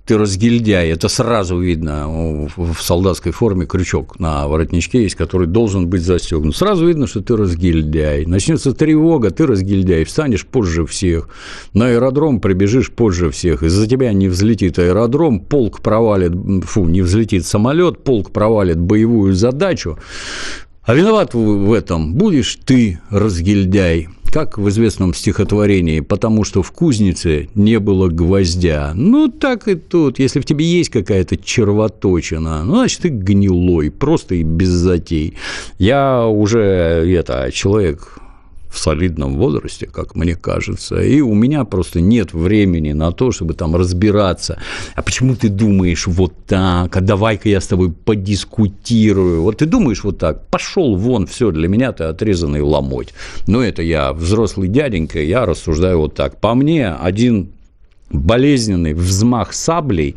ты разгильдяй, это сразу видно, в солдатской форме крючок на воротничке есть, который должен быть застегнут. Сразу видно, что ты разгильдяй. Начнется тревога, ты разгильдяй, встанешь позже всех, на аэродром прибежишь позже всех, из-за тебя не взлетит аэродром, полк провалит, не взлетит самолет, полк провалит боевую задачу, а виноват в этом будешь ты, разгильдяй. Как в известном стихотворении, потому что в кузнице не было гвоздя. Ну, так и тут. Если в тебе есть какая-то червоточина, ну, значит, ты гнилой, просто и без затей. Я уже, человек в солидном возрасте, как мне кажется, и у меня просто нет времени на то, чтобы там разбираться. А почему ты думаешь вот так? А давай-ка я с тобой подискутирую. Вот ты думаешь вот так, пошел вон, все, для меня ты отрезанный ломоть. Но это я взрослый дяденька, я рассуждаю вот так. По мне, один болезненный взмах саблей,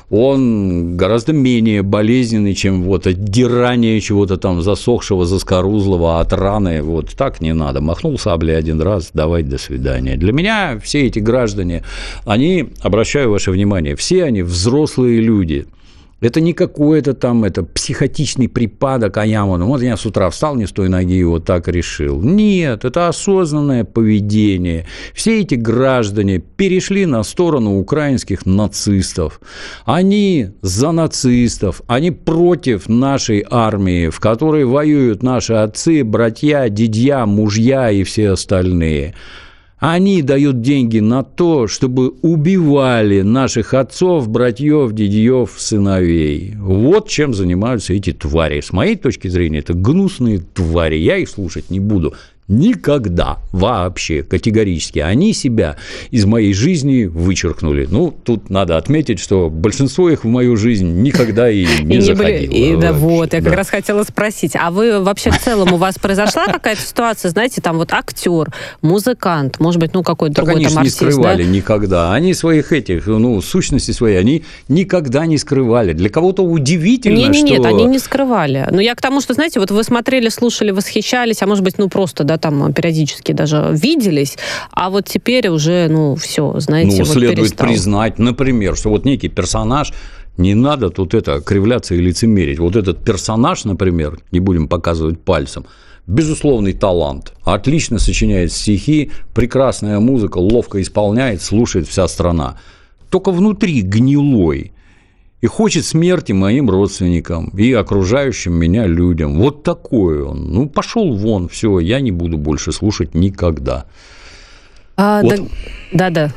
он гораздо менее болезненный, чем вот отдирание чего-то там засохшего, заскорузлого от раны. Вот так не надо. Махнул саблей один раз, давай, до свидания. Для меня все эти граждане, они, обращаю ваше внимание, все они взрослые люди. Это не какой-то там психотичный припадок, вот я с утра встал не с той ноги и вот так решил. Нет, это осознанное поведение. Все эти граждане перешли на сторону украинских нацистов. Они за нацистов, они против нашей армии, в которой воюют наши отцы, братья, дядья, мужья и все остальные. Они дают деньги на то, чтобы убивали наших отцов, братьев, дядьев, сыновей. Вот чем занимаются эти твари. С моей точки зрения, это гнусные твари. Я их слушать не буду. Никогда, вообще, категорически. Они себя из моей жизни вычеркнули. Ну, тут надо отметить, что большинство их в мою жизнь никогда и не заходило. Да, вот, я как раз хотела спросить. А вы вообще в целом, у вас произошла какая-то ситуация, знаете, там вот актер, музыкант, может быть, какой-то другой там артист, не скрывали никогда. Они своих сущности свои, они никогда не скрывали. Для кого-то удивительно, что... Нет, они не скрывали. Но я к тому, что, знаете, вот вы смотрели, слушали, восхищались, а может быть, просто, да, там периодически даже виделись, а вот теперь уже, все, знаете, вот следует перестал. признать, например, что вот некий персонаж, не надо тут кривляться и лицемерить. Вот этот персонаж, например, не будем показывать пальцем, безусловный талант, отлично сочиняет стихи, прекрасная музыка, ловко исполняет, слушает вся страна. Только внутри гнилой. И хочет смерти моим родственникам и окружающим меня людям. Вот такой он. Пошел вон, все, я не буду больше слушать никогда. Да.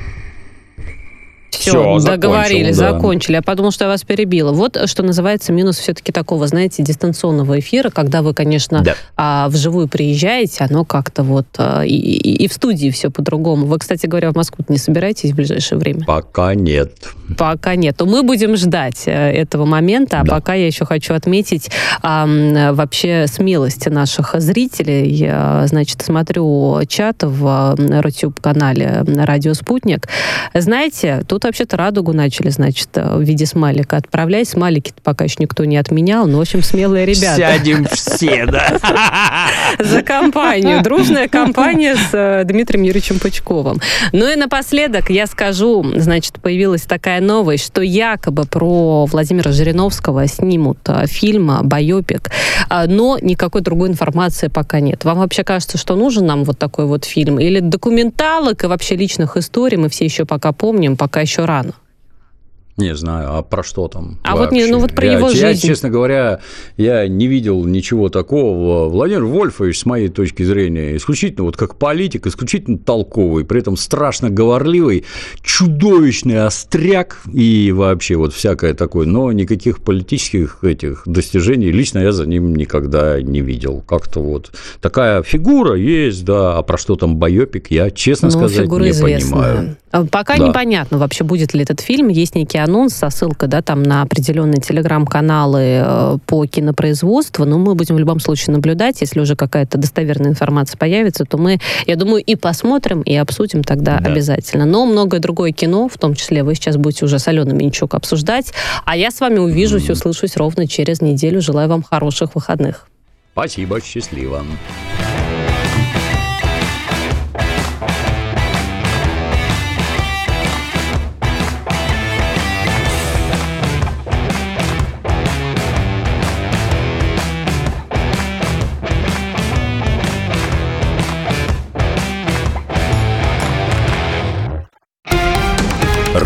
Все, договорились, закончили. Я подумала, что я вас перебила. Вот что называется минус все-таки такого, знаете, дистанционного эфира, когда вы, конечно, вживую приезжаете, оно как-то и в студии все по-другому. Вы, кстати говоря, в Москву не собираетесь в ближайшее время? Пока нет. То мы будем ждать этого момента, пока я еще хочу отметить вообще смелость наших зрителей. Я, смотрю чат в YouTube-канале «Радио Спутник». Знаете, тут вообще-то радугу начали, в виде смайлика отправлять. Смайлики пока еще никто не отменял, но, в общем, смелые ребята. Сядем все, да? За компанию. Дружная компания с Дмитрием Юрьевичем Пучковым. Ну и напоследок я скажу, появилась такая новость, что якобы про Владимира Жириновского снимут фильм, байопик, но никакой другой информации пока нет. Вам вообще кажется, что нужен нам вот такой вот фильм? Или документалок и вообще личных историй мы все еще пока помним, пока еще рано? Не знаю, а про что там? А вообще? Про его жизнь. Я, честно говоря, я не видел ничего такого. Владимир Вольфович, с моей точки зрения, исключительно как политик, исключительно толковый, при этом страшно говорливый, чудовищный остряк и вообще всякое такое, но никаких политических достижений лично я за ним никогда не видел. Как-то такая фигура есть, да, а про что там байопик, я, честно сказать, не понимаю. Пока непонятно вообще, будет ли этот фильм. Есть некий анонс со ссылкой, там на определенные телеграм-каналы по кинопроизводству, но мы будем в любом случае наблюдать. Если уже какая-то достоверная информация появится, то мы, я думаю, и посмотрим, и обсудим тогда обязательно. Но многое другое кино, в том числе вы сейчас будете уже с Аленой Минчук обсуждать, а я с вами увижусь, услышусь ровно через неделю. Желаю вам хороших выходных. Спасибо, счастливо.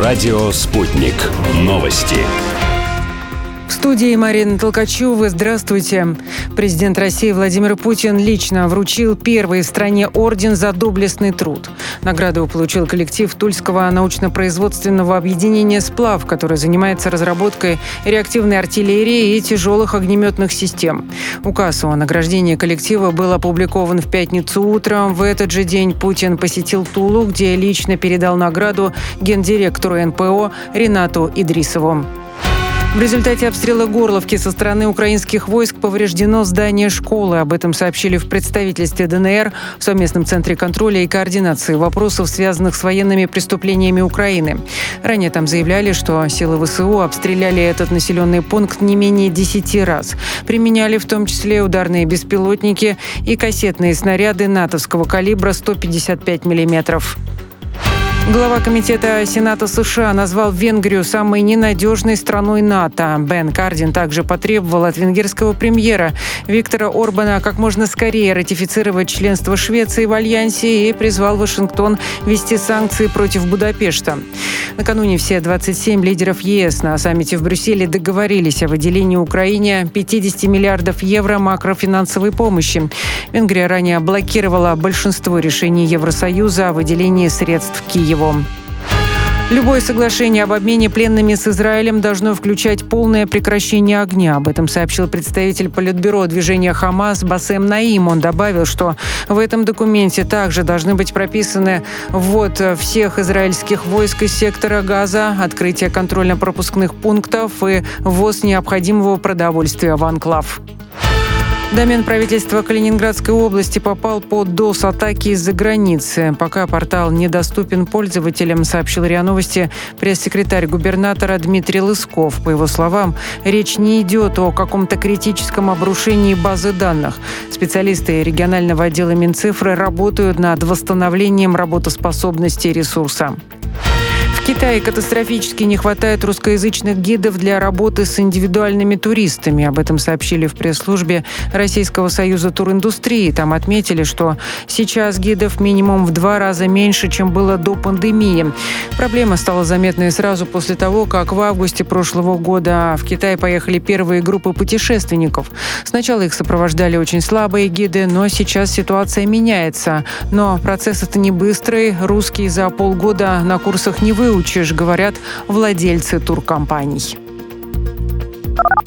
Радио «Спутник». Новости. В студии Марина Толкачева. Здравствуйте. Президент России Владимир Путин лично вручил первый в стране орден за доблестный труд. Награду получил коллектив Тульского научно-производственного объединения «Сплав», который занимается разработкой реактивной артиллерии и тяжелых огнеметных систем. Указ о награждении коллектива был опубликован в пятницу утром. В этот же день Путин посетил Тулу, где лично передал награду гендиректору НПО Ринату Идрисову. В результате обстрела Горловки со стороны украинских войск повреждено здание школы. Об этом сообщили в представительстве ДНР в совместном центре контроля и координации вопросов, связанных с военными преступлениями Украины. Ранее там заявляли, что силы ВСУ обстреляли этот населенный пункт не менее 10 раз. Применяли в том числе ударные беспилотники и кассетные снаряды натовского калибра 155 миллиметров. Глава Комитета Сената США назвал Венгрию самой ненадежной страной НАТО. Бен Кардин также потребовал от венгерского премьера Виктора Орбана как можно скорее ратифицировать членство Швеции в Альянсе и призвал Вашингтон ввести санкции против Будапешта. Накануне все 27 лидеров ЕС на саммите в Брюсселе договорились о выделении Украине 50 миллиардов евро макрофинансовой помощи. Венгрия ранее блокировала большинство решений Евросоюза о выделении средств Киеву. Любое соглашение об обмене пленными с Израилем должно включать полное прекращение огня. Об этом сообщил представитель Политбюро движения «Хамас» Басем Наим. Он добавил, что в этом документе также должны быть прописаны ввод всех израильских войск из сектора Газа, открытие контрольно-пропускных пунктов и ввоз необходимого продовольствия в анклав. Домен правительства Калининградской области попал под DOS-атаки из-за границы. Пока портал недоступен пользователям, сообщил РИА Новости пресс-секретарь губернатора Дмитрий Лысков. По его словам, речь не идет о каком-то критическом обрушении базы данных. Специалисты регионального отдела Минцифры работают над восстановлением работоспособности ресурса. В Китае катастрофически не хватает русскоязычных гидов для работы с индивидуальными туристами. Об этом сообщили в пресс-службе Российского союза туриндустрии. Там отметили, что сейчас гидов минимум в 2 раза меньше, чем было до пандемии. Проблема стала заметной сразу после того, как в августе прошлого года в Китай поехали первые группы путешественников. Сначала их сопровождали очень слабые гиды, но сейчас ситуация меняется. Но процесс это не быстрый. Русский за полгода на курсах не выучишь, говорят владельцы туркомпаний.